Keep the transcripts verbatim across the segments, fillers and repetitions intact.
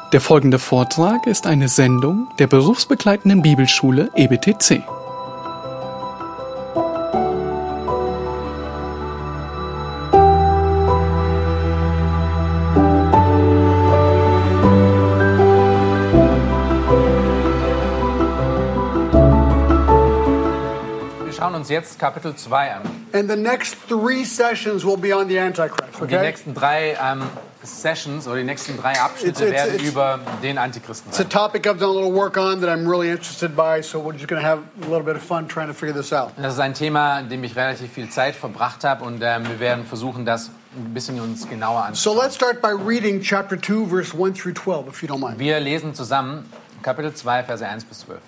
Der folgende Vortrag ist eine Sendung der berufsbegleitenden Bibelschule E B T C. Wir schauen uns jetzt Kapitel zwei an. And the next three sessions will be on the Antichrist, Und die okay? nächsten drei ähm, Sessions oder die nächsten drei Abschnitte It's- it's- werden it's- über den Antichristen It's a sein. topic I've done a little work on that I'm really interested by, so we're just going to have a little bit of fun trying to figure this out. Das ist ein Thema, an dem ich relativ viel Zeit verbracht habe und ähm, wir werden versuchen, das ein bisschen uns genauer So anzuschauen. let's start by reading chapter two, verse one through twelve, if you don't mind. Wir lesen zusammen Kapitel zwei, Verse eins bis zwölf.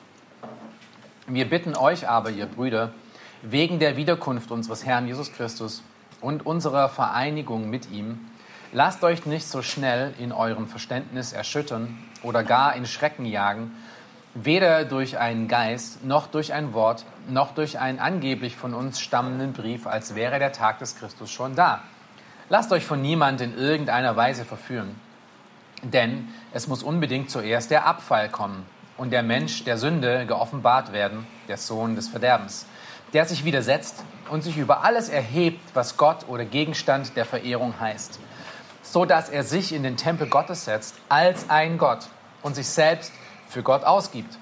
Wir bitten euch aber, ihr Brüder, wegen der Wiederkunft unseres Herrn Jesus Christus und unserer Vereinigung mit ihm, lasst euch nicht so schnell in eurem Verständnis erschüttern oder gar in Schrecken jagen, weder durch einen Geist, noch durch ein Wort, noch durch einen angeblich von uns stammenden Brief, als wäre der Tag des Christus schon da. Lasst euch von niemand in irgendeiner Weise verführen, denn es muss unbedingt zuerst der Abfall kommen und der Mensch der Sünde geoffenbart werden, der Sohn des Verderbens, der sich widersetzt und sich über alles erhebt, was Gott oder Gegenstand der Verehrung heißt, so dass er sich in den Tempel Gottes setzt als ein Gott und sich selbst für Gott ausgibt.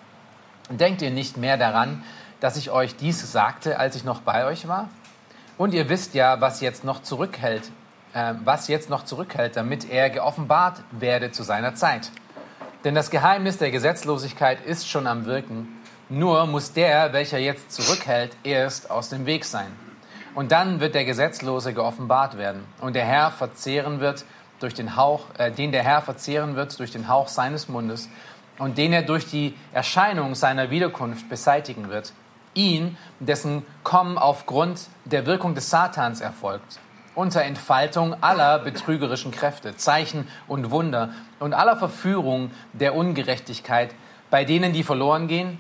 Denkt ihr nicht mehr daran, dass ich euch dies sagte, als ich noch bei euch war? Und ihr wisst ja, was jetzt noch zurückhält, äh, was jetzt noch zurückhält, damit er geoffenbart werde zu seiner Zeit. Denn das Geheimnis der Gesetzlosigkeit ist schon am Wirken. Nur muss der, welcher jetzt zurückhält, erst aus dem Weg sein. Und dann wird der Gesetzlose geoffenbart werden und der Herr verzehren wird durch den Hauch, äh, den der Herr verzehren wird durch den Hauch seines Mundes und den er durch die Erscheinung seiner Wiederkunft beseitigen wird. Ihn, dessen Kommen aufgrund der Wirkung des Satans erfolgt, unter Entfaltung aller betrügerischen Kräfte, Zeichen und Wunder und aller Verführung der Ungerechtigkeit, bei denen die verloren gehen,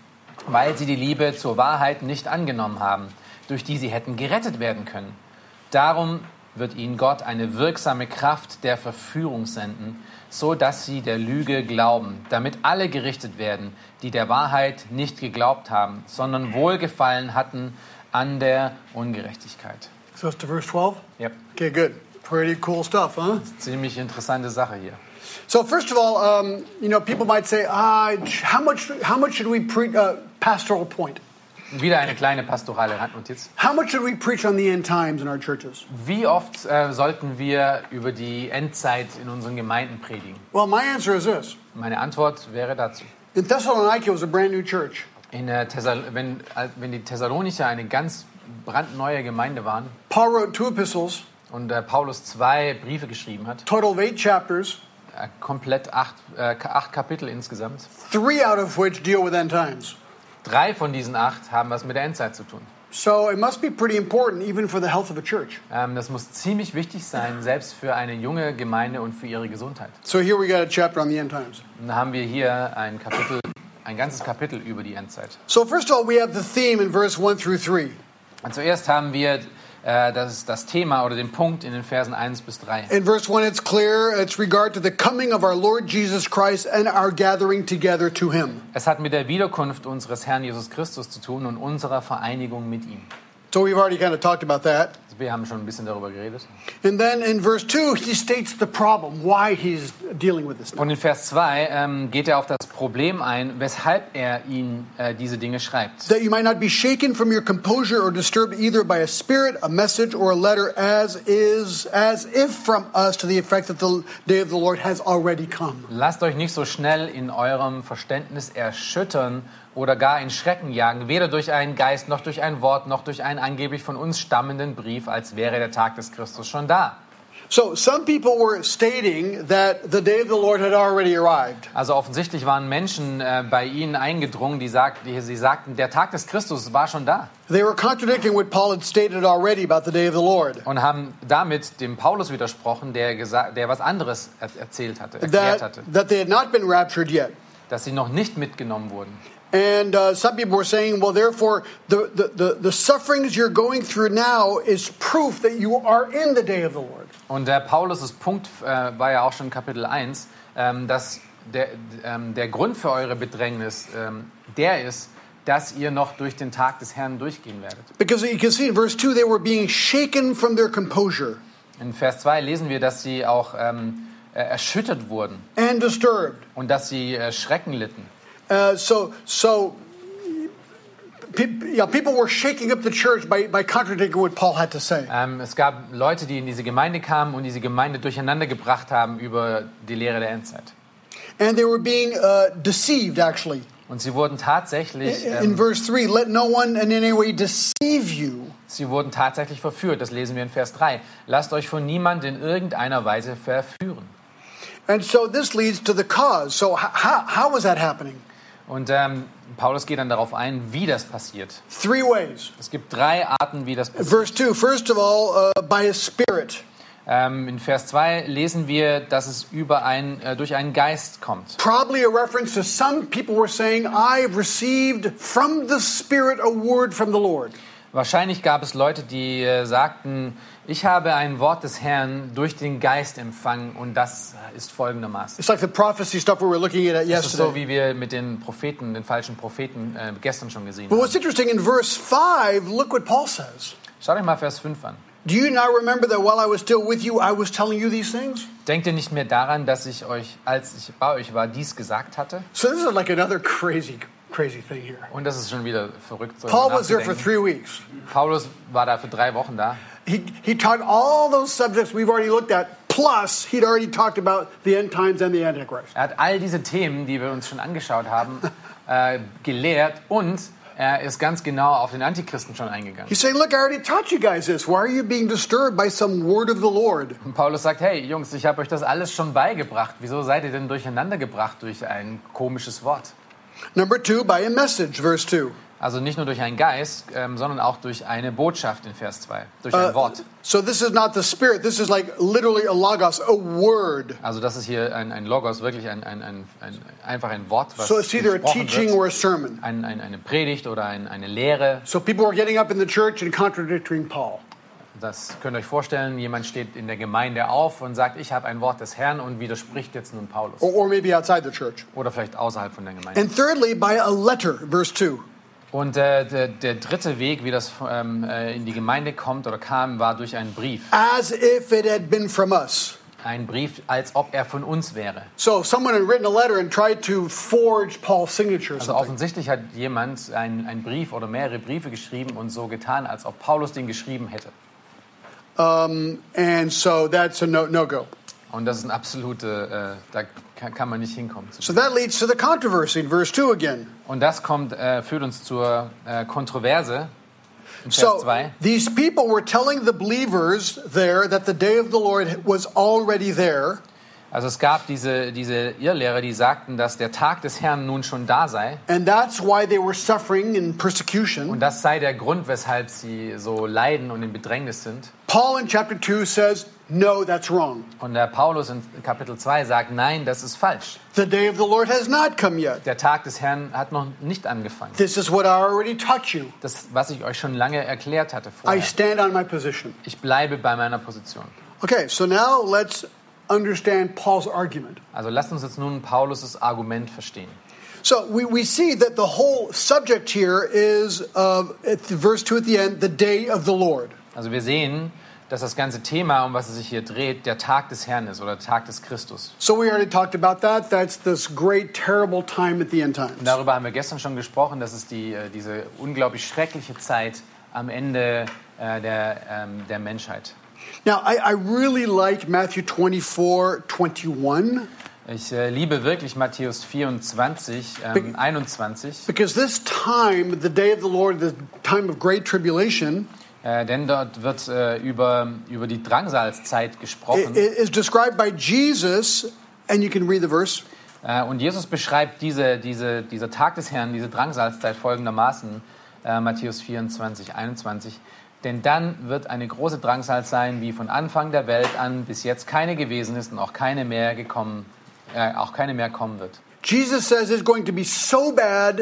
weil sie die Liebe zur Wahrheit nicht angenommen haben, durch die sie hätten gerettet werden können. Darum wird ihnen Gott eine wirksame Kraft der Verführung senden, so dass sie der Lüge glauben, damit alle gerichtet werden, die der Wahrheit nicht geglaubt haben, sondern Wohlgefallen hatten an der Ungerechtigkeit. So it's to verse twelve? Yep. Okay, good. Pretty cool stuff, huh? Ziemlich interessante Sache hier. So first of all, um, you know, people might say, ah, how much, how much should we preach, uh, pastoral point? Wieder eine kleine pastorale Randnotiz. How much should we preach on the end times in our churches? Wie oft äh, sollten wir über die Endzeit in unseren Gemeinden predigen? Well, my answer is this. Meine Antwort wäre dazu. In Thessalonica, it was a brand new church. In der Thessal- wenn, äh, wenn die Thessalonicher eine ganz brandneue Gemeinde waren Paul wrote two epistles, und äh, Paulus zwei Briefe geschrieben hat, total of eight chapters, äh, komplett acht, äh, acht Kapitel insgesamt, three out of which deal with end times. drei von diesen acht haben was mit der Endzeit zu tun. So it must be pretty important even for the health of a church. Ähm, das muss ziemlich wichtig sein, selbst für eine junge Gemeinde und für ihre Gesundheit. So here we got a chapter on the end times. Und da haben wir hier ein Kapitel, ein ganzes Kapitel über die Endzeit. So first of all, we have the theme in verse one through three. Und zuerst haben wir äh, das, das Thema oder den Punkt in den Versen eins bis drei. In verse one, it's clear it's regard to the coming of our Lord Jesus Christ and our gathering together to him. Es hat mit der Wiederkunft unseres Herrn Jesus Christus zu tun und unserer Vereinigung mit ihm. So we've already kind of talked about that. Wir haben schon ein bisschen darüber geredet. And then in verse two, he states the problem, why he's dealing with this now. Und in Vers zwei ähm, geht er auf das Problem ein, weshalb er ihn äh, diese Dinge schreibt. That you might not be shaken from your composure or disturbed either by a spirit, a message, or a letter, as is, as if from us, to the effect that the day of the Lord has already come. Lasst euch nicht so schnell in eurem Verständnis erschüttern oder gar in Schrecken jagen, weder durch einen Geist, noch durch ein Wort, noch durch einen angeblich von uns stammenden Brief, als wäre der Tag des Christus schon da. So some people were stating that the day of the Lord had already arrived. Also offensichtlich waren Menschen äh, bei ihnen eingedrungen, die, sagt, die sie sagten, der Tag des Christus war schon da. They were contradicting what Paul had stated already about the day of the Lord. Und haben damit dem Paulus widersprochen, der, gesa- der was anderes er- erzählt hatte, erklärt That, hatte. that they had not been raptured yet. Dass sie noch nicht mitgenommen wurden. And uh, some people were saying, well, therefore, the, the, the, the sufferings you're going through now is proof that you are in the day of the Lord. Und der Paulus' Punkt äh, war ja auch schon in Kapitel eins, ähm, dass der, ähm, der Grund für eure Bedrängnis ähm, der ist, dass ihr noch durch den Tag des Herrn durchgehen werdet. Because you can see in verse two, they were being shaken from their composure. In Vers zwei lesen wir, dass sie auch ähm, äh, erschüttert wurden And disturbed. und dass sie äh, Schrecken litten. Uh, so, so pe- yeah, people were shaking up the church by, by contradicting what Paul had to say. Ähm, es gab Leute, die in diese Gemeinde kamen und diese Gemeinde durcheinander gebracht haben über die Lehre der Endzeit. And they were being uh, deceived, actually. Und sie wurden tatsächlich, In ähm, verse three, let no one in any way deceive you. sie wurden tatsächlich verführt. Das lesen wir in Vers drei. Lasst euch von niemand in irgendeiner Weise verführen. And so this leads to the cause. So h- how, how is that happening? Und ähm, Paulus geht dann darauf ein, wie das passiert. Three ways. Es gibt drei Arten, wie das passiert. Verse two, first of all, uh, by his spirit. Ähm, in Vers zwei lesen wir, dass es über ein, äh, durch einen Geist kommt. Probably a reference to some people were saying, I've received from the Spirit a word from the Lord. Wahrscheinlich gab es Leute, die äh, sagten, ich habe ein Wort des Herrn durch den Geist empfangen und das ist folgendermaßen. It's like the prophecy stuff we were looking at Das ist so, yesterday. wie wir mit den Propheten, den falschen Propheten äh, gestern schon gesehen But haben. what's interesting, in verse five, look what Paul says. Schaut euch mal Vers fünf an. Do you not remember that while I was still with you, I was telling you these things? Denkt ihr nicht mehr daran, dass ich euch, als ich bei euch war, dies gesagt hatte? So this is like another crazy, crazy thing here. Und das ist schon wieder verrückt. So Paul was there for nachzudenken. three weeks. Paulus war da für drei Wochen da. He, he taught all those subjects we've already looked at, plus he'd already talked about the end times and the Antichrist. Er hat all diese Themen, die wir uns schon angeschaut haben, äh, gelehrt und er ist ganz genau auf den Antichristen schon eingegangen. He's saying, look, I already taught you guys this. Why are you being disturbed by some word of the Lord? Und Paulus sagt, hey Jungs, ich habe euch das alles schon beigebracht. Wieso seid ihr denn durcheinander gebracht durch ein komisches Wort? Number two, by a message, verse two. Also nicht nur durch einen Geist, ähm, sondern auch durch eine Botschaft in Vers zwei, durch ein Uh, Wort. so this is not the Spirit. This is like literally a logos, a word. Also das ist hier ein, ein Logos, wirklich ein, ein, ein, ein, einfach ein Wort, was So it's either a gesprochen teaching wird. or a sermon. Ein, ein, eine Predigt oder ein, eine Lehre. So people were getting up in the church and contradicting Paul. Das könnt ihr euch vorstellen, jemand steht in der Gemeinde auf und sagt, ich habe ein Wort des Herrn und widerspricht jetzt nun Paulus. Or, or maybe outside the church. Oder vielleicht außerhalb von der Gemeinde. And thirdly, by a letter, verse two. Und äh, der, der dritte Weg, wie das ähm, äh, in die Gemeinde kommt oder kam, war durch einen Brief. As if it had been from us. Ein Brief, als ob er von uns wäre. So if someone had written a letter and tried to forge Paul's signature or Also something. offensichtlich hat jemand einen, einen Brief oder mehrere Briefe geschrieben und so getan, als ob Paulus den geschrieben hätte. Um, and so that's a no, no-go. Und das ist ein absolute, äh, da kann, kann man nicht hinkommen. So that leads to the controversy in verse two again. Und das kommt, äh, führt uns zur äh, Kontroverse in Vers So zwei. these people were telling the believers there that the day of the Lord was already there. Also es gab diese, diese Irrlehrer, die sagten, dass der Tag des Herrn nun schon da sei. And that's why they were suffering in persecution. Und das sei der Grund, weshalb sie so leiden und in Bedrängnis sind. Paul in chapter two says, no, that's wrong. Und der Paulus in Kapitel zwei sagt, nein, das ist falsch. The day of the Lord has not come yet. Der Tag des Herrn hat noch nicht angefangen. This is what I already taught you. Das, was ich euch schon lange erklärt hatte I vorher. stand on my position. Ich bleibe bei meiner Position. Okay, so now let's understand Paul's argument. Also lasst uns jetzt nun Paulus' Argument verstehen. So we, we see that the whole subject here is, uh, at the verse two at the end, the day of the Lord. Also wir sehen, dass das ganze Thema, um was es sich hier dreht, der Tag des Herrn ist oder der Tag des Christus. So we already talked about that. That's this great, terrible time at the end times. Und darüber haben wir gestern schon gesprochen, das ist die, äh, diese unglaublich schreckliche Zeit am Ende äh, der, ähm, der Menschheit. Now, I, I really like Matthew twenty-four, twenty-one. Ich äh, liebe wirklich Matthäus vierundzwanzig, ähm, einundzwanzig, Because this time, the day of the Lord, the time of great tribulation, äh, denn dort wird äh, über, über die Drangsalzzeit i- gesprochen. is described by Jesus, and you can read the verse. Äh, und Jesus beschreibt diese, diese, dieser Tag des Herrn, diese Drangsalzzeit folgendermaßen, äh, Matthäus vierundzwanzig, einundzwanzig. Denn dann wird eine große Drangsal sein, wie von Anfang der Welt an bis jetzt keine gewesen ist und auch keine mehr gekommen, äh, auch keine mehr kommen wird. Jesus says it's going to be so bad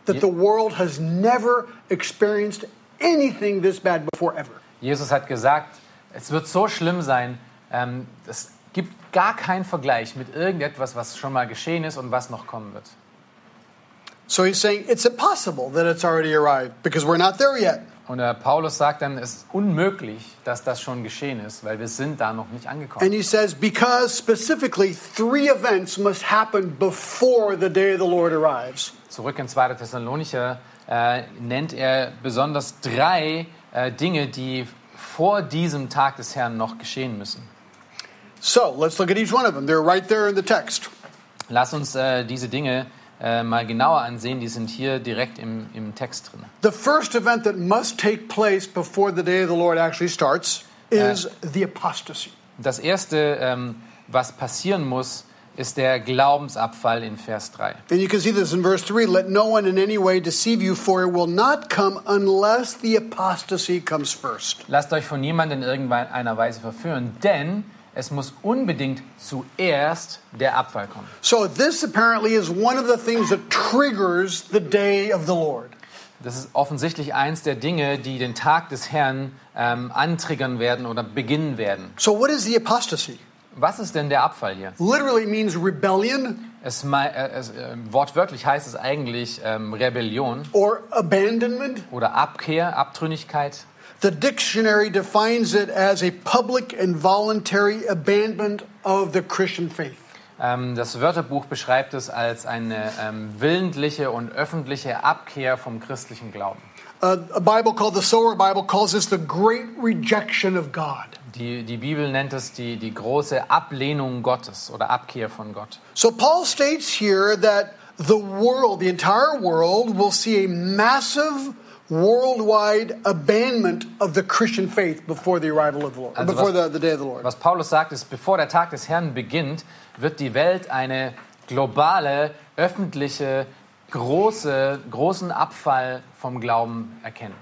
that the world has never experienced anything this bad before ever. Jesus hat gesagt, es wird so schlimm sein, ähm, es gibt gar keinen Vergleich mit irgendetwas, was schon mal geschehen ist und was noch kommen wird. So he's saying it's impossible that it's already arrived because we're not there yet. Und äh, Paulus sagt dann, es ist unmöglich, dass das schon geschehen ist, weil wir sind da noch nicht angekommen. And he says because specifically three events must happen before the day of the Lord arrives. Zurück in zweiter Thessalonicher äh, nennt er besonders drei äh, Dinge, die vor diesem Tag des Herrn noch geschehen müssen. So let's look at each one of them. They're right there in the text. Lass uns äh, diese Dinge äh, mal genauer ansehen. Die sind hier direkt im, im Text drin. The first event that must take place before the day of the Lord actually starts is the apostasy. Das erste, ähm, was passieren muss, ist der Glaubensabfall in Vers drei. And you can see this in verse three. Let no one in any way deceive you, for it will not come unless the apostasy comes first. Lasst euch von niemandem in irgendeiner Weise verführen, denn es muss unbedingt zuerst der Abfall kommen. So this apparently is one of the things that triggers the day of the Lord. Das ist offensichtlich eins der Dinge, die den Tag des Herrn ähm, antriggern werden oder beginnen werden. So what is the apostasy? Was ist denn der Abfall hier? Literally means rebellion Es, äh, es, äh, wortwörtlich heißt es eigentlich ähm, Rebellion or abandonment. oder Abkehr, Abtrünnigkeit. The dictionary defines it as a public and voluntary abandonment of the Christian faith. Ähm, das Wörterbuch beschreibt es als eine ähm, willentliche und öffentliche Abkehr vom christlichen Glauben. Uh, a Bible called the Sower Bible calls this the great rejection of God. Die, die Bibel nennt es die, die große Ablehnung Gottes oder Abkehr von Gott. So Paul states here that the world, the entire world, will see a massive worldwide abandonment of the Christian faith before the arrival of the Lord, Also before was- the, the day of the Lord. Was Paulus sagt, ist, bevor der Tag des Herrn beginnt, wird die Welt eine globale, öffentliche, große, großen Abfall vom Glauben erkennen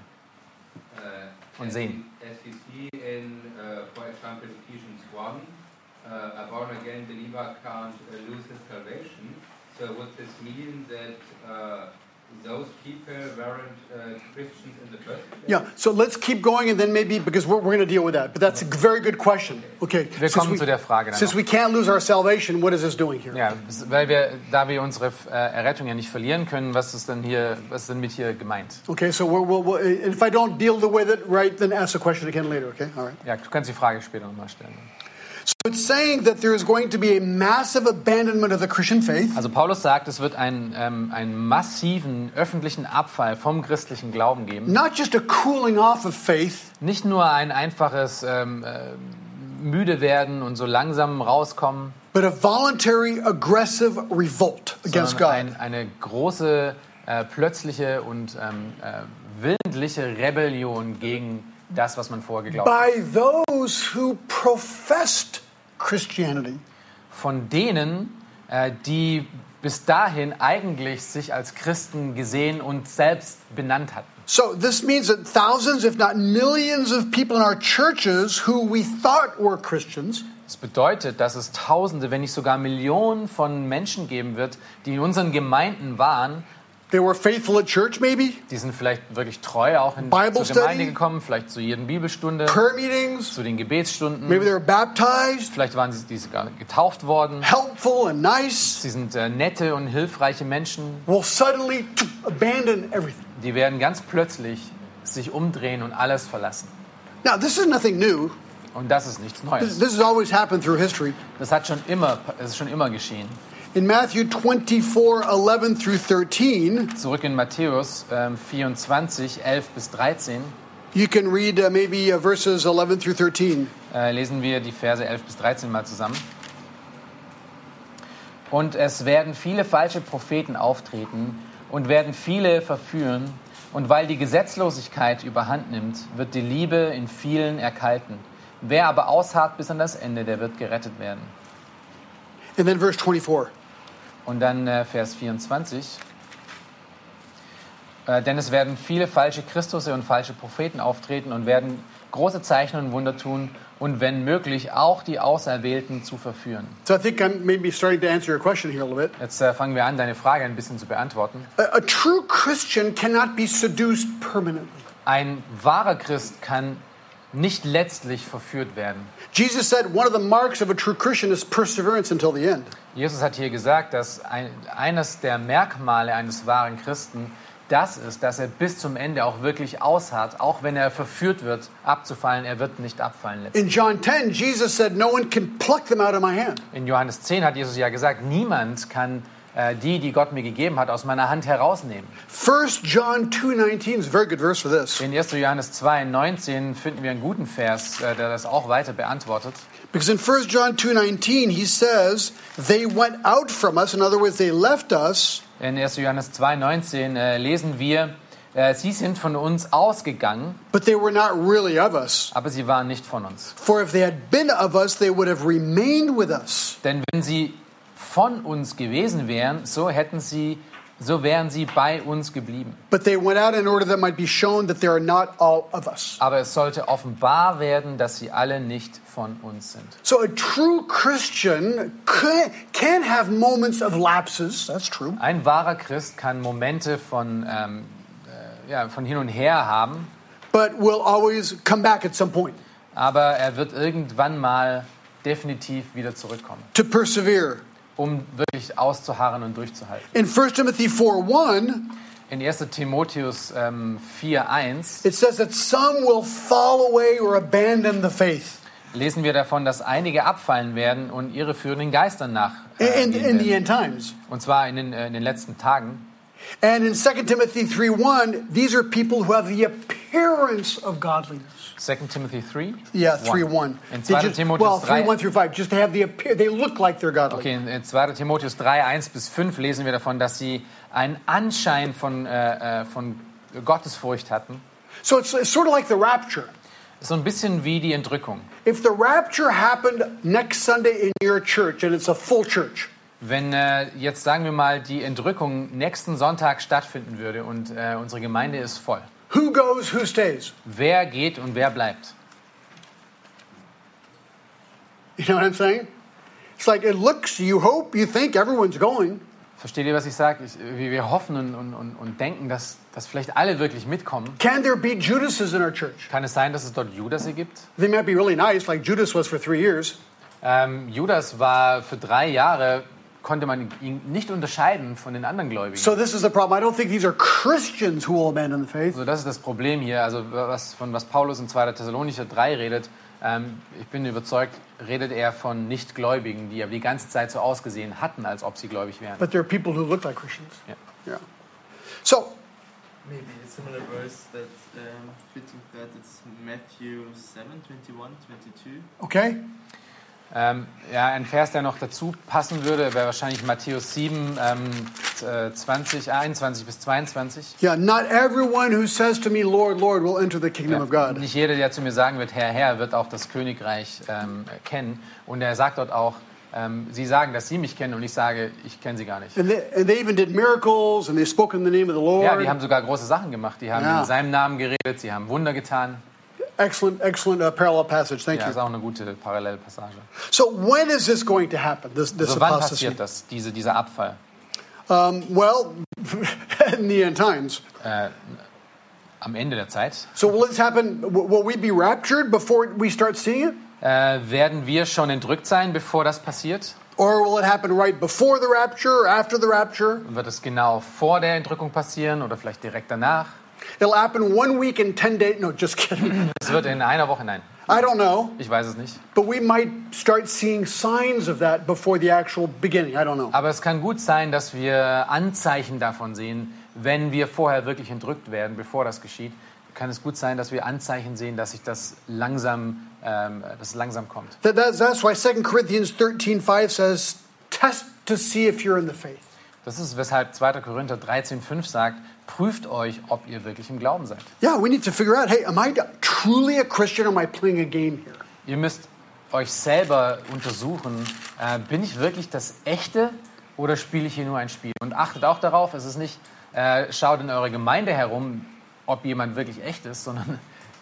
und sehen. As we see in, uh, for example, Ephesians one, uh, a born-again believer can't uh, lose his salvation. So would this mean that uh, those people weren't uh, Christians in the first place? Yeah, so let's keep going and then maybe, because we're, we're going to deal with that. But that's a very good question. Okay, Wir since kommen we, zu der Frage dann since noch. we can't lose our salvation, what is this doing here? Ja, weil wir, da wir unsere äh, Errettung ja nicht verlieren können, was ist denn hier, was ist denn mit hier gemeint? Okay, so we're, we'll, we'll, if I don't deal with it right, then ask the question again later, okay? All right. Ja, du kannst die Frage später nochmal stellen. So it's saying that there is going to be a massive abandonment of the Christian faith. Also Paulus sagt, es wird einen, ähm, einen massiven öffentlichen Abfall vom christlichen Glauben geben. Not just a cooling off of faith, Nicht nur ein einfaches ähm, äh, müde werden und so langsam rauskommen, but a voluntary, aggressive revolt against sondern God. ein, eine große, äh, plötzliche und ähm, äh, willentliche Rebellion gegen das, was man vorher geglaubt hat. By those who professed Christianity. Von denen, äh, die bis dahin eigentlich sich als Christen gesehen und selbst benannt hatten. So this means that thousands, if not millions of people in our churches who we thought were Christians Das bedeutet, dass es Tausende, wenn nicht sogar Millionen von Menschen geben wird, die in unseren Gemeinden waren. they were faithful at church maybe, Die sind vielleicht wirklich treu auch in, Bible zur Gemeinde study, gekommen, vielleicht zu jeden Bibelstunde, prayer meetings, zu den Gebetsstunden. maybe they were baptized, Vielleicht waren sie die sogar getauft worden. helpful and nice, Sie sind äh, nette und hilfreiche Menschen. will suddenly abandon everything. Die werden ganz plötzlich sich umdrehen und alles verlassen. Now, this is nothing new. Und das ist nichts This, Neues. this has always happened through history. Das hat schon immer, das ist schon immer geschehen. In Matthew twenty-four, eleven through thirteen, Zurück in Matthäus ähm, vierundzwanzig, elf bis dreizehn, you can read uh, maybe uh, verses eleven through thirteen. äh, lesen wir die Verse elf bis dreizehn mal zusammen. Und es werden viele falsche Propheten auftreten und werden viele verführen. Und weil die Gesetzlosigkeit überhand nimmt, wird die Liebe in vielen erkalten. Wer aber ausharrt bis an das Ende, der wird gerettet werden. And then verse twenty-four. Und dann äh, Vers vierundzwanzig. Äh, denn es werden viele falsche Christusse und falsche Propheten auftreten und werden große Zeichen und Wunder tun und wenn möglich auch die Auserwählten zu verführen. So I think I'm maybe starting to answer your question here a little bit. Jetzt äh, fangen wir an, deine Frage ein bisschen zu beantworten. A, a true Christian cannot be seduced permanently. Ein wahrer Christ kann nicht letztlich verführt werden. Jesus said one of the marks of a true Christian is perseverance until the end. Jesus hat hier gesagt, dass ein, eines der Merkmale eines wahren Christen das ist, dass er bis zum Ende auch wirklich ausharrt, auch wenn er verführt wird, abzufallen, er wird nicht abfallen letztlich. In John ten, Jesus said, no one can pluck them out of my hand. In Johannes zehn hat Jesus ja gesagt, niemand kann äh, die, die Gott mir gegeben hat, aus meiner Hand herausnehmen. First John two nineteen is a very good verse for this. In erster Johannes zwei neunzehn finden wir einen guten Vers, äh, der das auch weiter beantwortet. Because in First John two nineteen, he says, they went out from us. In other words, they left us. In erster Johannes zwei neunzehn äh, lesen wir, äh, sie sind von uns ausgegangen, But they were not really of us. aber sie waren nicht von uns. For if they had been of us, they would have remained with us. Denn wenn sie von uns gewesen wären, so hätten sie, so wären sie bei uns geblieben. But they went out in order that might be shown that they are not all of us. Aber es sollte offenbar werden, dass sie alle nicht von uns sind. So a true Christian can, can have moments of lapses. That's true. Ein wahrer Christ kann Momente von, ähm, äh, ja, von hin und her haben, But will always come back at some point. aber er wird irgendwann mal definitiv wieder zurückkommen, To persevere. um wirklich auszuharren und durchzuhalten. In First Timothy four one, In erster Timotheus ähm, vier eins it says that some will fall away or abandon the faith. lesen wir davon, dass einige abfallen werden und ihre führenden Geistern nach äh, In, gehen in the werden. end times. Und zwar in den, äh, in den letzten Tagen. And in Second Timothy three one, these are people who have the appearance of godliness. Second Timothy three? Yeah, three one. In They zweiter just- Timotheus well, three drei. one through five. Just to have the appear, they look like they're godly. Okay, in, in zweiter Timotheus drei eins bis fünf lesen wir davon, dass sie einen Anschein von, äh, äh, von Gottesfurcht hatten. So it's, it's sort of like the rapture. So ein bisschen wie die Entrückung. If the rapture happened next Sunday in your church and it's a full church, Wenn äh, jetzt, sagen wir mal, die Entrückung nächsten Sonntag stattfinden würde und äh, unsere Gemeinde ist voll. who goes, who stays? Wer geht und wer bleibt? You know what I'm saying? It's like it looks, you hope, you think everyone's going. Versteht ihr, was ich sage? Ich, wir wir hoffen und, und, und, und denken, dass, dass vielleicht alle wirklich mitkommen. Can there be Judases in our church? Kann es sein, dass es dort Judas gibt? They might be really nice, like Judas was for three years. Ähm, Judas war für drei Jahre, konnte man ihn nicht unterscheiden von den anderen Gläubigen. So this is the problem. I don't think these are Christians who will abandon the faith. Also das ist das Problem hier, also was, von was Paulus in zweiter Thessalonicher drei redet. Ähm, ich bin überzeugt, redet er von Nichtgläubigen, die aber die ganze Zeit so ausgesehen hatten, als ob sie gläubig wären. But there are people who look like Christians. Ja. Yeah. So, Maybe a similar verse that um, fits with that. It's Matthew seven, twenty-one, twenty-two. okay. Ähm, ja, ein Vers, der noch dazu passen würde, wäre wahrscheinlich Matthäus sieben, ähm, zwanzig, einundzwanzig bis zweiundzwanzig. Yeah, not everyone who says to me, Lord, Lord, will enter the kingdom of Ja, God. nicht jeder, der zu mir sagen wird, Herr, Herr, wird auch das Königreich ähm, kennen. Und er sagt dort auch, ähm, sie sagen, dass sie mich kennen und ich sage, ich kenne sie gar nicht. And they, and they even did miracles and they spoke in the name of the Lord. Ja, die haben sogar große Sachen gemacht. Die haben Ja. in seinem Namen geredet, sie haben Wunder getan. Excellent, excellent uh, parallel passage. Thank Ja, ist you. auch eine gute Parallelpassage. So when is this going to happen, this, this Also wann apostasy? passiert das, diese, dieser Abfall? Um, well, in the end times. Äh, am Ende der Zeit. So will this happen, w- will we be raptured before we start seeing it? Äh, werden wir schon entrückt sein, bevor das passiert? Or will it happen right before the rapture or after the rapture? Wird es genau vor der Entrückung passieren oder vielleicht direkt danach? It'll happen one week in ten days. No, just kidding. Es wird in einer Woche, nein, I don't know. ich weiß es nicht. But we might start seeing signs of that before the actual beginning. I don't know. Aber es kann gut sein, dass wir Anzeichen davon sehen, wenn wir vorher wirklich entrückt werden, bevor das geschieht. Kann es gut sein, dass wir Anzeichen sehen, dass sich das langsam, ähm, dass es langsam kommt. That, that's, that's why Second Corinthians thirteen five says, test to see if you're in the faith. Das ist, weshalb zweiter Korinther dreizehn fünf sagt, prüft euch, ob ihr wirklich im Glauben seid. Yeah, we need to figure out, hey, am I truly a Christian or am I playing a game here? Ihr müsst euch selber untersuchen, äh, bin ich wirklich das Echte oder spiele ich hier nur ein Spiel? Und achtet auch darauf, es ist nicht, äh, schaut in eurer Gemeinde herum, ob jemand wirklich echt ist, sondern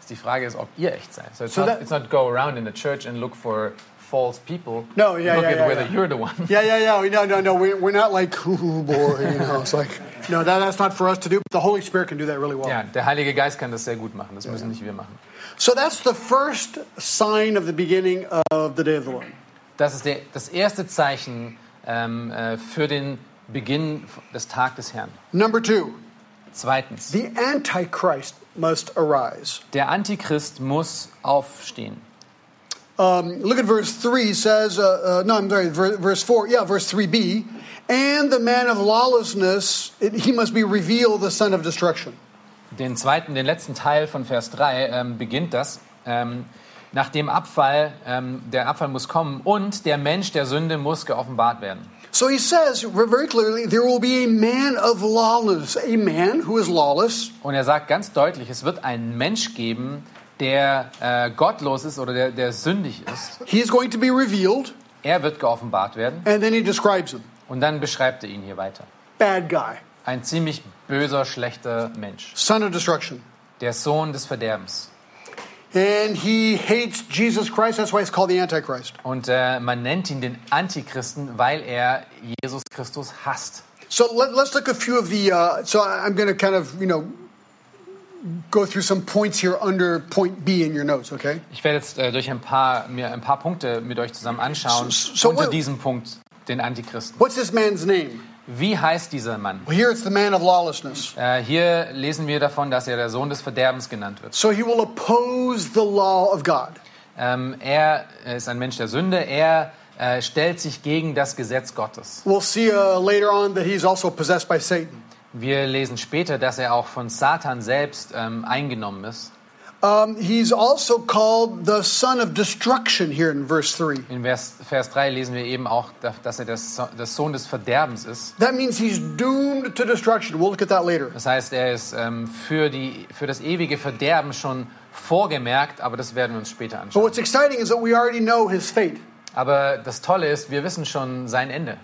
Die Frage ist, ob ihr echt seid. So it's, So not, that- it's not go around in the church and look for false people. No, yeah, look yeah, at yeah, whether yeah. you're the one. Yeah, yeah, yeah. No, no, no. We're, we're not like, ooh, boy, you know. It's like, no, that, that's not for us to do. But the Holy Spirit can do that really well. Ja, der Heilige Geist kann das sehr gut machen. Das müssen nicht wir machen. So that's the first sign of the beginning of the day of the Lord. Das ist der, das erste Zeichen ähm, äh, für den Beginn des Tages des Herrn. Number two, Zweitens, the Antichrist must arise. der Antichrist muss aufstehen. Um, look at verse three. It says, uh, uh, no, I'm sorry, ver- verse four. Yeah, verse three b. And the man of lawlessness, it, he must be revealed, the son of destruction. Den zweiten, den letzten Teil von Vers drei ähm, beginnt das. Ähm, nach dem Abfall, ähm, der Abfall muss kommen und der Mensch der Sünde muss geoffenbart werden. So he says very clearly, there will be a man of lawlessness, a man who is lawless. Und er sagt ganz deutlich, es wird einen Mensch geben, der äh, gottlos ist oder der, der sündig ist. He is going to be revealed, Er wird geoffenbart werden and then he describes him. und dann beschreibt er ihn hier weiter. Bad guy, Ein ziemlich böser, schlechter Mensch. son of destruction. Der Sohn des Verderbens. And he hates Jesus Christ. That's why it's called the Antichrist. Und äh, man nennt ihn den Antichristen, weil er Jesus Christus hasst. So let, let's look at a few of the. Uh, so I'm going to kind of, you know, go through some points here under point B in your notes, okay? Ich werde jetzt äh, durch ein paar, mir ein paar Punkte mit euch zusammen anschauen, So- so unter what- diesem Punkt den Antichristen. What's this man's name? Wie heißt dieser Mann? Well, here it's the man of lawlessness. Äh, hier lesen wir davon, dass er der Sohn des Verderbens genannt wird. So he will oppose the law of God. Ähm, er ist ein Mensch der Sünde, er äh, stellt sich gegen das Gesetz Gottes. We'll see uh, later on that he's also possessed by Satan. Wir lesen später, dass er auch von Satan selbst ähm, eingenommen ist. Um, he's also called the son of destruction here in verse three. In Vers, Vers drei lesen wir eben auch, dass er der So- der Sohn des Verderbens ist. That means he's doomed to destruction. We'll look at that later. Das heißt, er ist ähm, für, die, für das ewige Verderben schon vorgemerkt, aber das werden wir uns später But anschauen. what's exciting is that we already know his fate. Aber das Tolle ist, wir wissen schon sein Ende.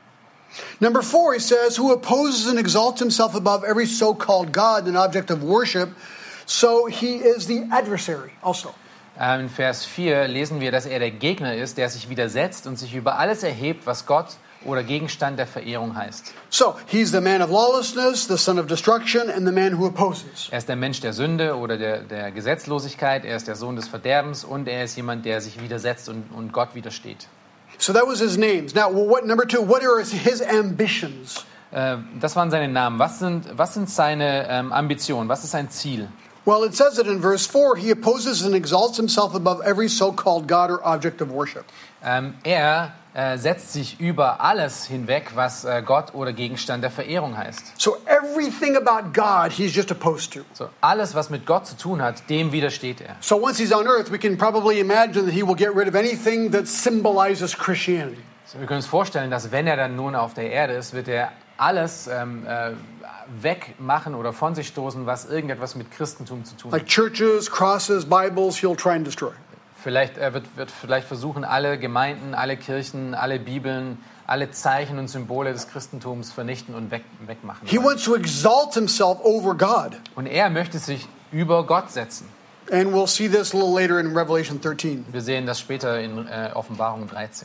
Number four, he says, who opposes and exalts himself above every so-called God and object of worship. So he is the adversary also. Ähm, in Vers vier lesen wir, dass er der Gegner ist, der sich widersetzt und sich über alles erhebt, was Gott oder Gegenstand der Verehrung heißt. So he's the man of lawlessness, the son of destruction, and the man who opposes. Er ist der Mensch der Sünde oder der, der Gesetzlosigkeit, er ist der Sohn des Verderbens und er ist jemand, der sich widersetzt und, und Gott widersteht. So that was his names. Now, what number two? What are his ambitions? Äh, das waren seine Namen. Was sind, was sind seine ähm, Ambitionen? Was ist sein Ziel? Well, it says it in verse four. He opposes and exalts himself above every so-called God or object of worship. Ähm, er äh, setzt sich über alles hinweg, was äh, Gott oder Gegenstand der Verehrung heißt. So everything about God, he's just opposed to. So, alles, was mit Gott zu tun hat, dem widersteht er. So once he's on earth, we can probably imagine that he will get rid of anything that symbolizes Christianity. So, wir können uns vorstellen, dass wenn er dann nun auf der Erde ist, wird er alles ähm, äh, wegmachen oder von sich stoßen, was irgendetwas mit Christentum zu tun hat. Like churches, crosses, Bibles, he'll try and destroy. Vielleicht er wird, wird vielleicht versuchen, alle Gemeinden, alle Kirchen, alle Bibeln, alle Zeichen und Symbole des Christentums vernichten und weg, wegmachen. He wants to exalt himself over God. Und er möchte sich über Gott setzen. And we'll see this a little later in Revelation thirteen. Wir sehen das später in äh, Offenbarung dreizehn.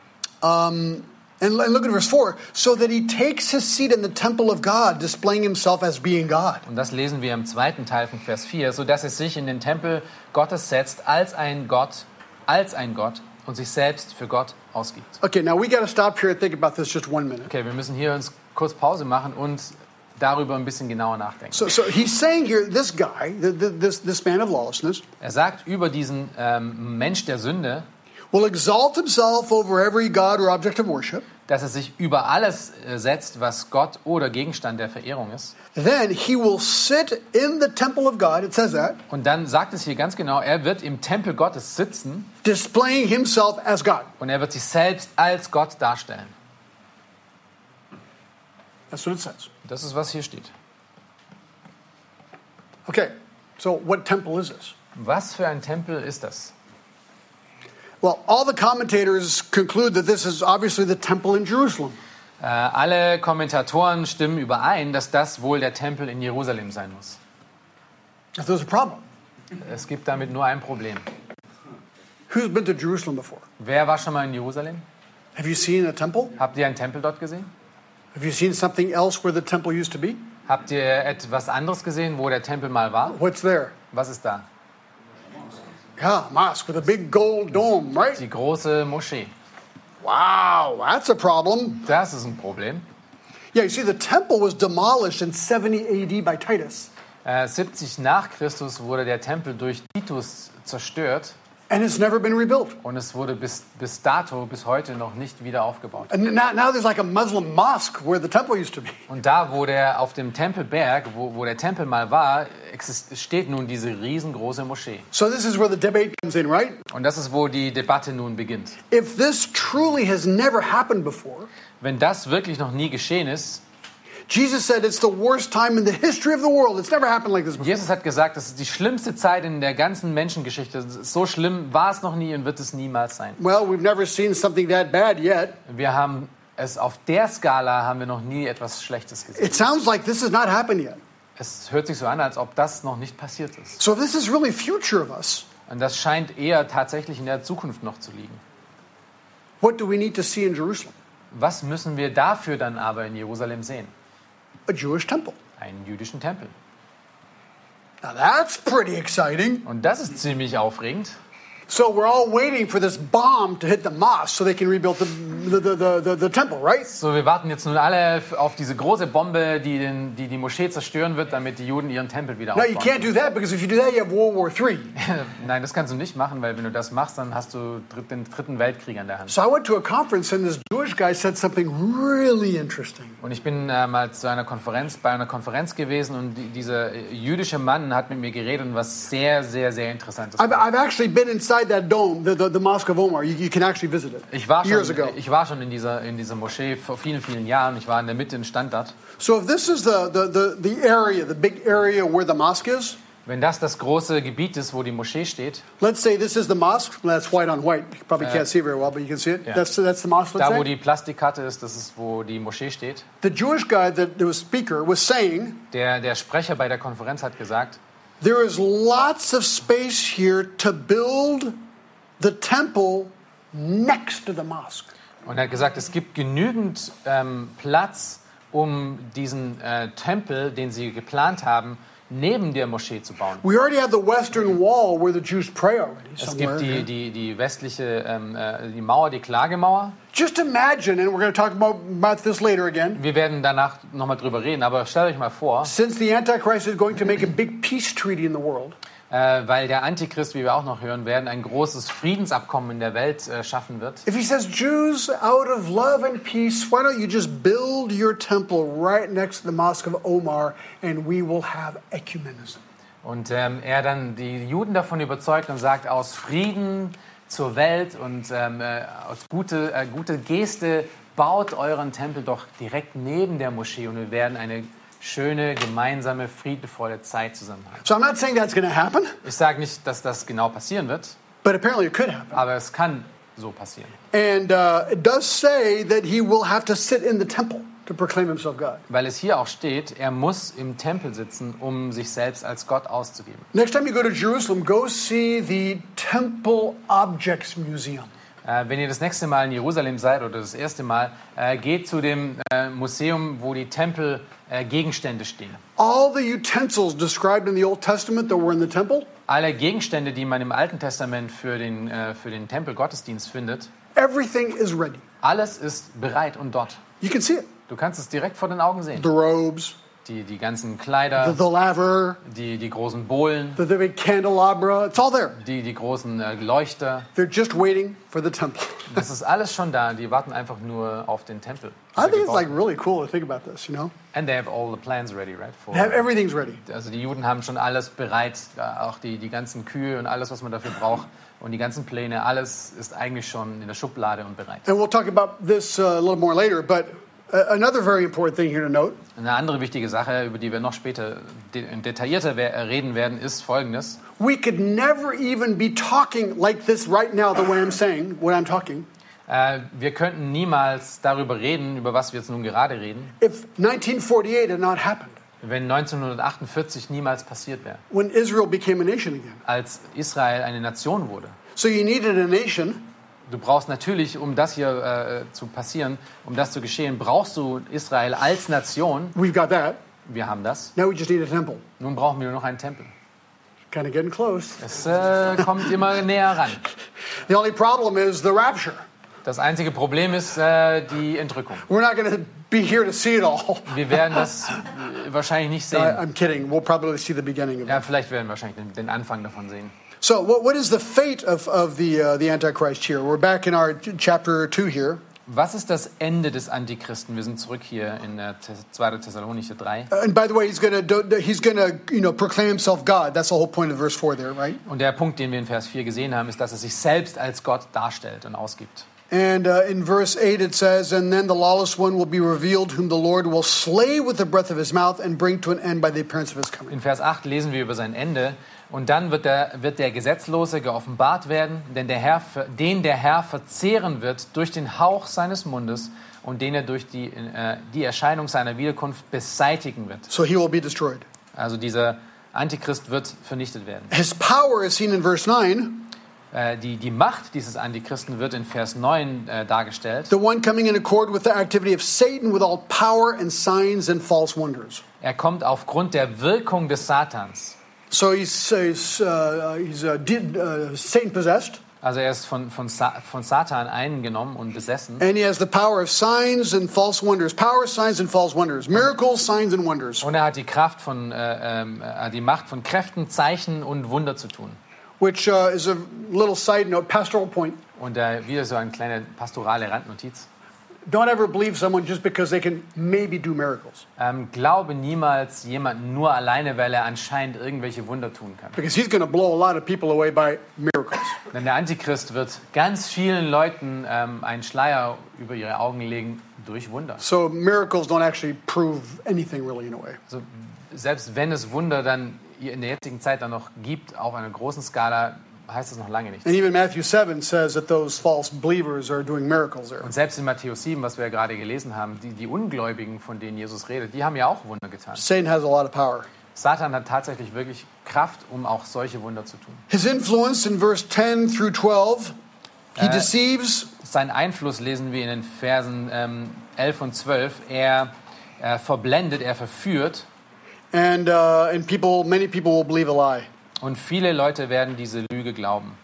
Um, and, and look at verse four. So that he takes his seat in the temple of God, displaying himself as being God. Und das lesen wir im zweiten Teil von Vers vier, so dass er sich in den Tempel Gottes setzt als ein Gott, als ein Gott und sich selbst für Gott ausgibt. Okay, now we got to stop here and think about this just one minute. Okay, wir müssen hier uns kurz Pause machen und darüber ein bisschen genauer nachdenken. So, so he's saying here, this guy, the, the, this, this man of lawlessness, Er sagt über diesen ähm, Mensch der Sünde, will exalt himself over every god or object of worship. dass er sich über alles äh, setzt, was Gott oder Gegenstand der Verehrung ist. Then he will sit in the temple of God, it says that, Und dann sagt es hier ganz genau, er wird im Tempel Gottes sitzen displaying himself as God. und er wird sich selbst als Gott darstellen. That's what it says. Das ist, was hier steht. Okay, so what temple is this? Was für ein Tempel ist das? Well, all the commentators conclude that this is obviously the temple in Jerusalem. Äh, alle Kommentatoren stimmen überein, dass das wohl der Tempel in Jerusalem sein muss. If there's a problem. Es gibt damit nur ein Problem. Who's been to Jerusalem before? Wer war schon mal in Jerusalem? Have you seen a temple? Habt ihr einen Tempel dort gesehen? Have you seen something else where the temple used to be? Habt ihr etwas anderes gesehen, wo der Tempel mal war? What's there? Was ist da? Yeah, mosque with a big gold dome, right? Die große Moschee. Wow, that's a problem. Das ist ein Problem. Yeah, you see, the temple was demolished in seventy A D by Titus. Äh, siebzig nach Christus wurde der Tempel durch Titus zerstört And it's never been rebuilt. und es wurde bis, bis dato, bis heute noch nicht wieder aufgebaut. And now, now there's like a Muslim mosque where the temple used to be. Und da, wo der auf dem Tempelberg, wo, wo der Tempel mal war, exist- steht nun diese riesengroße Moschee. So this is where the debate comes in, right? Und das ist, wo die Debatte nun beginnt. If this truly has never happened before, Wenn das wirklich noch nie geschehen ist, Jesus said it's the worst time in the history of the world. It's never happened like this before. Jesus hat gesagt, das ist die schlimmste Zeit in der ganzen Menschengeschichte. So schlimm war es noch nie und wird es niemals sein. Well, we've never seen something that bad yet. Wir haben es auf der Skala haben wir noch nie etwas Schlechtes gesehen. It sounds like this has not happened yet. Es hört sich so an, als ob das noch nicht passiert ist. So this is really future of us. Und das scheint eher tatsächlich in der Zukunft noch zu liegen. What do we need to see in Jerusalem? Was müssen wir dafür dann aber in Jerusalem sehen? A Jewish temple. Einen jüdischen Tempel. Now that's pretty exciting. Und das ist ziemlich aufregend. So we're all waiting for this bomb to hit the mosque so they can rebuild the, the, the, the, the temple, right? So, wir warten jetzt nun alle auf diese große Bombe, die den, die, die Moschee zerstören wird, damit die Juden ihren Tempel wieder No, you aufbauen. can't do that because if you do that, you have World War Three. Nein, das kannst du nicht machen, weil wenn du das machst, dann hast du dritt- den dritten Weltkrieg an der Hand. So I went to a conference and this Jewish guy said something really interesting. Und ich bin äh, mal zu einer Konferenz, bei einer Konferenz gewesen und die, dieser äh, jüdische Mann hat mit mir geredet und was sehr, sehr, sehr Interessantes. I've, I've actually been inside that dome, the, the, the Mosque of Omar. You, you can actually visit it. Ich war years schon, ago. ich war schon in dieser, in dieser Moschee vor vielen, vielen Jahren. Ich war in der Mitte in Standard. So if this is the, the, the, the area, the big area where the mosque is, Wenn das das große Gebiet ist, wo die Moschee steht, let's say this is the mosque. That's white on white. You probably can't see it very well, but you can see it. yeah. That's, that's the mosque, let's da wo say. die Plastikkarte ist, das ist, wo die Moschee steht. The Jewish guy that was speaker was saying, Der, der Sprecher bei der Konferenz hat gesagt, there is lots of space here to build the temple next to the mosque. und er hat gesagt, es gibt genügend ähm, Platz, um diesen äh, Tempel, den sie geplant haben, neben der Moschee zu bauen. We already have the western wall where the Jews pray already. Es Somewhere. gibt die, die, die westliche ähm, äh, die Mauer, die Klagemauer. Just imagine, and we're going to talk about, about this later again, Wir werden danach nochmal drüber reden, aber stellt euch mal vor, since the Antichrist is going to make a big peace treaty in the world, äh, weil der Antichrist, wie wir auch noch hören werden, ein großes Friedensabkommen in der Welt äh, schaffen wird. if he says, Jews, out of love and peace, why don't you just build your temple right next to the Mosque of Omar and we will have ecumenism. Und ähm, er dann die Juden davon überzeugt und sagt, aus Frieden zur Welt und ähm, äh, aus gute, äh, gute Geste baut euren Tempel doch direkt neben der Moschee und wir werden eine schöne, gemeinsame, friedvolle Zeit zusammen haben. So I'm not saying that's going to happen, Ich sage nicht, dass das genau passieren wird, but apparently it could happen. aber es kann so passieren. And uh, it does say that he will have to sit in the temple to proclaim himself God. Weil es hier auch steht, er muss im Tempel sitzen, um sich selbst als Gott auszugeben. Next time you go to Jerusalem, go see the Temple Objects Museum. Äh, wenn ihr das nächste Mal in Jerusalem seid oder das erste Mal, äh, geht zu dem äh, Museum, wo die Tempelgegenstände äh, stehen. All the utensils described in the Old Testament that were in the temple, Alle Gegenstände, die man im Alten Testament für den, äh, für den Tempelgottesdienst findet, everything is ready. alles ist bereit und dort. You can see it. Du kannst es direkt vor den Augen sehen. The robes, Die, die ganzen the, Kleider, the laver, die, die großen Bohlen, the, the big candelabra, it's all there. die, die großen äh, Leuchter. They're just waiting for the temple. Das ist alles schon da. Die warten einfach nur auf den Tempel. I think it's like really cool to think about this, you know? And they have all the plans ready, right? For, They have, everything's ready. also die Juden haben schon alles bereit, ja, auch die, die ganzen Kühe und alles, was man dafür braucht und die ganzen Pläne, alles ist eigentlich schon in der Schublade und bereit. And we'll talk about this uh, a little more later, but uh, another very important thing here to note, Eine andere wichtige Sache, über die wir noch später de detaillierter we reden werden, ist Folgendes. we could never even be talking like this right now, the way I'm saying, what I'm talking, Äh, wir könnten niemals darüber reden, über was wir jetzt nun gerade reden, if nineteen forty-eight had not happened. wenn neunzehnhundertachtundvierzig niemals passiert wäre, when Israel became a nation again. als Israel eine Nation wurde. So you needed a nation. Du brauchst natürlich, um das hier äh, zu passieren, um das zu geschehen, brauchst du Israel als Nation. We've got that. Wir haben das. Now we just need a temple. Nun brauchen wir nur noch einen Tempel. Kind of getting close. Es äh, kommt immer näher ran. The only problem is the rapture. Das einzige Problem ist äh, die Entrückung. We're not going to be here to see it all. Wir werden das äh, wahrscheinlich nicht I, sehen. I'm kidding. We'll probably see the beginning of Ja, it. vielleicht werden wir wahrscheinlich den, den Anfang davon sehen. So what, what is the fate of, of the, uh, the Antichrist here? We're back in our chapter two here. Was ist das Ende des Antichristen? Wir sind zurück hier in äh, zweiter Thessalonicher drei. And by the way, he's going to he's going to you know proclaim himself God. That's the whole point of verse four there, right? Und der Punkt, den wir in Vers vier gesehen haben, ist, dass er sich selbst als Gott darstellt und ausgibt. And uh, in verse eight it says, "And then the lawless one will be revealed, whom the Lord will slay with the breath of his mouth and bring to an end by the appearance of his coming." In Vers acht lesen wir über sein Ende. Und dann wird der, wird der Gesetzlose geoffenbart werden, denn der Herr, den der Herr verzehren wird durch den Hauch seines Mundes und den er durch die, äh, die Erscheinung seiner Wiederkunft beseitigen wird. So he will be destroyed. Also dieser Antichrist wird vernichtet werden. His power is seen in verse nine. Äh, die, die Macht dieses Antichristen wird in Vers neun äh, dargestellt. The one coming in accord with the activity of Satan with all power and signs and false wonders. Er kommt aufgrund der Wirkung des Satans. So he's, he's, uh, he's uh, did, uh, Satan possessed. Also er ist von, von, Sa- von Satan eingenommen und besessen. And he has the power of signs and false wonders. Power, signs and false wonders. Miracles, signs and wonders. Und er hat die Kraft von, äh, äh, die Macht von Kräften, Zeichen und Wunder zu tun. Which uh, is a little side note, pastoral point. Und äh, wieder so eine kleine pastorale Randnotiz. Don't ever believe someone just because they can maybe do miracles. Ähm, glaube niemals jemanden nur alleine, weil er anscheinend irgendwelche Wunder tun kann. Because he's going to blow a lot of people away by miracles. Denn der Antichrist wird ganz vielen Leuten ähm, einen Schleier über ihre Augen legen durch Wunder. So miracles don't actually prove anything really in a way. Also, selbst wenn es Wunder dann in der jetzigen Zeit dann noch gibt, auf einer großen Skala, heißt das noch lange nicht. And even Matthew seven says that those false believers are doing miracles there. Und selbst in Matthäus sieben, was wir ja gerade gelesen haben, die, die Ungläubigen, von denen Jesus redet, die haben ja auch Wunder getan. Satan has a lot of power. Satan hat tatsächlich wirklich Kraft, um auch solche Wunder zu tun. His influence in verse ten through twelve, he Äh, deceives. Sein Einfluss lesen wir in den Versen ähm, elf und zwölf. Er, er verblendet, er verführt. And uh, and people, many people will believe a lie, Und viele Leute werden diese Lüge glauben.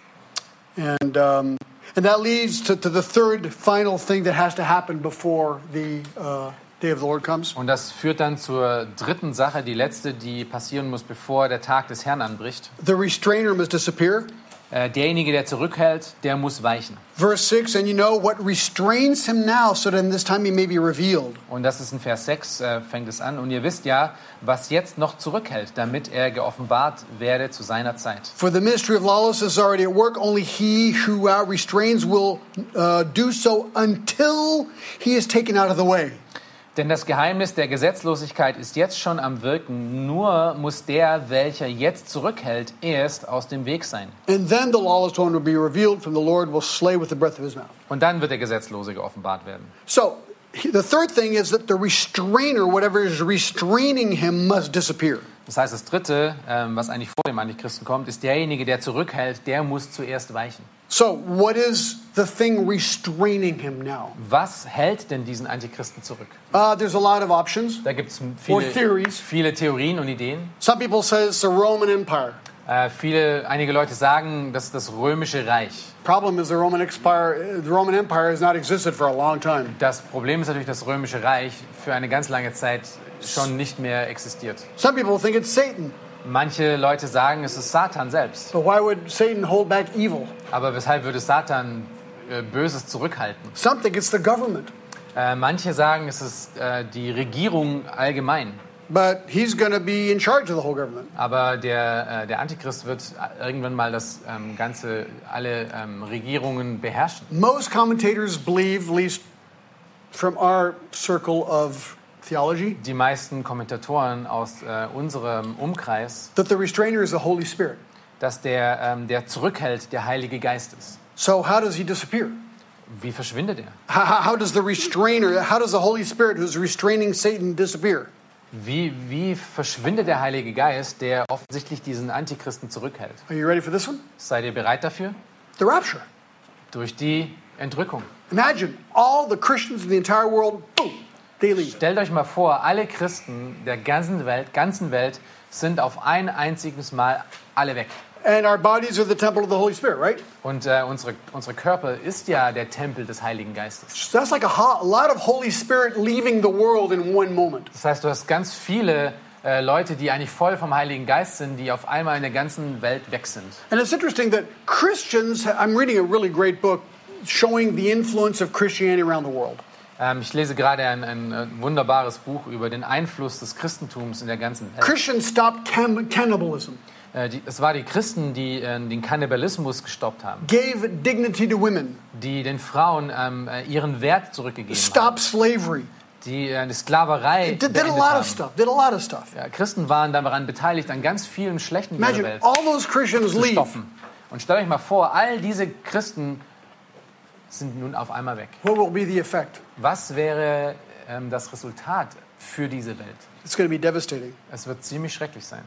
and um, and that leads to, to the third final thing that has to happen before the uh, day of the Lord comes. Und das führt dann zur dritten Sache, die letzte, die passieren muss, bevor der Tag des Herrn anbricht. The restrainer must disappear. Äh, derjenige, der zurückhält, der muss weichen. Verse six, and you know what restrains him now, so that in this time he may be revealed. Und das ist in Vers sechs, äh, fängt es an. Und ihr wisst ja, was jetzt noch zurückhält, damit er geoffenbart werde zu seiner Zeit. For the ministry of lawlessness is already at work. Only he who uh, restrains will uh, do so until he is taken out of the way. Denn das Geheimnis der Gesetzlosigkeit ist jetzt schon am Wirken, nur muss der, welcher jetzt zurückhält, erst aus dem Weg sein. And then the lawless one will be revealed, from the Lord will slay with the breath of his mouth. Und dann wird der Gesetzlose geoffenbart werden. So he- the third thing is that the restrainer, whatever is restraining him, must disappear. Das heißt, das Dritte, ähm, was eigentlich vor dem Antichristen kommt, ist derjenige, der zurückhält, der muss zuerst weichen. So what is the thing restraining him now? Was hält denn diesen Antichristen zurück? Uh, there's a lot of options. Da gibt es Or viele, theories. viele Theorien und Ideen. Some people say it's the Roman Empire. Äh, viele, einige Leute sagen, das ist das Römische Reich. Problem is the Roman Empire. The Roman Empire has not existed for a long time. Das Problem ist natürlich, das Römische Reich für eine ganz lange Zeit schon nicht mehr existiert. Some people think it's Satan. Manche Leute sagen, es ist Satan selbst. But why would Satan hold back evil? Aber weshalb würde Satan äh, Böses zurückhalten? Some think it's the government. Äh, manche sagen, es ist äh, die Regierung allgemein. But he's going to be in charge of the whole government. Aber der, äh, der Antichrist wird irgendwann mal das ähm, ganze, alle ähm, Regierungen beherrschen. Most commentators believe, at least from our circle of theology, Die meisten Kommentatoren aus äh, unserem Umkreis, that the restrainer is the Holy Spirit. dass der, ähm, der zurückhält, der Heilige Geist ist. So how does he disappear? Wie verschwindet er? How, how how does the restrainer, how does the Holy Spirit who's restraining Satan disappear? Wie, wie verschwindet der Heilige Geist, der offensichtlich diesen Antichristen zurückhält? Are you ready for this one? Seid ihr bereit dafür? The rapture. Durch die Entrückung. Imagine all the Christians in the entire world, boom, they leave. Stellt euch mal vor, alle Christen der ganzen Welt, ganzen Welt sind auf ein einziges Mal alle weg. And our bodies are the temple of the Holy Spirit, right? Und äh, unsere, unsere Körper ist ja der Tempel des Heiligen Geistes. So that's like a, ho- a lot of Holy Spirit leaving the world in one moment. Das heißt, du hast ganz viele äh, Leute, die eigentlich voll vom Heiligen Geist sind, die auf einmal in der ganzen Welt weg sind. And it's interesting that Christians, I'm reading a really great book showing the influence of Christianity around the world. Ähm, ich lese gerade ein, ein, ein wunderbares Buch über den Einfluss des Christentums in der ganzen Welt. Christians stopped cam- cannibalism, Äh, die, es war die Christen, die äh, den Kannibalismus gestoppt haben, gave dignity to women, die den Frauen ähm, äh, ihren Wert zurückgegeben haben, stopped slavery, die äh, die Sklaverei did, did a beendet lot of haben. stuff, did a lot of stuff. Ja, Christen waren daran beteiligt, an ganz vielem Schlechten dieser Imagine Welt all those Christians zu leave. stoppen. Und stellt euch mal vor, all diese Christen sind nun auf einmal weg. What will be the effect? Was wäre ähm, das Resultat für diese Welt? It's going to be devastating. Es wird ziemlich schrecklich sein.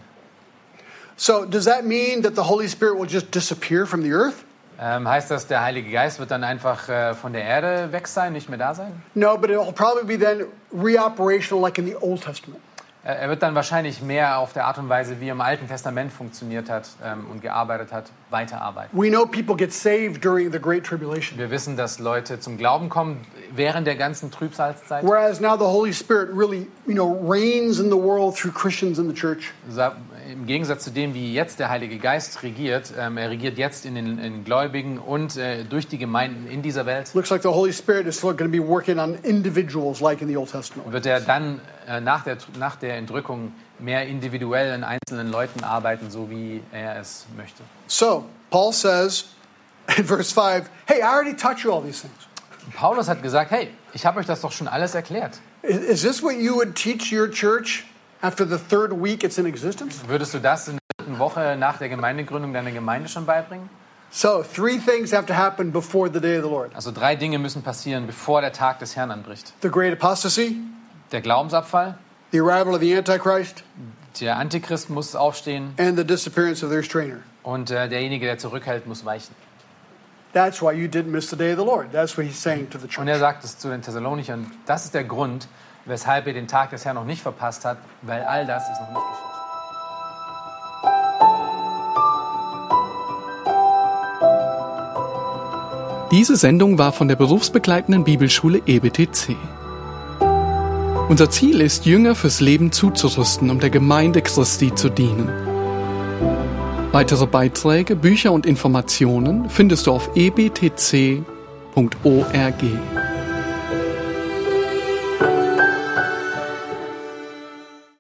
So does that mean that the Holy Spirit will just disappear from the earth? Ähm, heißt das, der Heilige Geist wird dann einfach äh, von der Erde weg sein, nicht mehr da sein? No, but it will probably be then reoperational like in the Old Testament. Äh, er wird dann wahrscheinlich mehr auf der Art und Weise, wie er im Alten Testament funktioniert hat ähm, und gearbeitet hat, weiterarbeiten. We know people get saved during the Great Tribulation. Wir wissen, dass Leute zum Glauben kommen während der ganzen Trübsalzeit. Whereas now the Holy Spirit really, you know, reigns in the world through Christians in the church. Im Gegensatz zu dem, wie jetzt der Heilige Geist regiert, ähm, er regiert jetzt in den, in den Gläubigen und äh, durch die Gemeinden in dieser Welt, Looks like the Holy Spirit is going to be working on individuals like in the Old Testament. wird er dann äh, nach, der, nach der Entrückung mehr individuell in einzelnen Leuten arbeiten, so wie er es möchte. So, Paul says in verse five, hey, I already taught you all these things. Paulus hat gesagt, hey, ich habe euch das doch schon alles erklärt. Is, is this what you would teach your church after the third week it's in existence? Würdest du das in der dritten Woche nach der Gemeindegründung deiner Gemeinde schon beibringen? So, three things have to happen before the day of the Lord. Also drei Dinge müssen passieren, bevor der Tag des Herrn anbricht. The great apostasy, Der Glaubensabfall, the arrival of the Antichrist, der Antichrist muss aufstehen and the disappearance of their strainer. und äh, derjenige, der zurückhält, muss weichen. That's why you didn't miss the day of the Lord. That's what he's saying to the Und er church. sagt es zu den Thessalonichern. Das ist der Grund, weshalb ihr den Tag des Herrn noch nicht verpasst habt, weil all das ist noch nicht geschehen. Diese Sendung war von der berufsbegleitenden Bibelschule E B T C. Unser Ziel ist, Jünger fürs Leben zuzurüsten, um der Gemeinde Christi zu dienen. Weitere Beiträge, Bücher und Informationen findest du auf e b t c punkt org.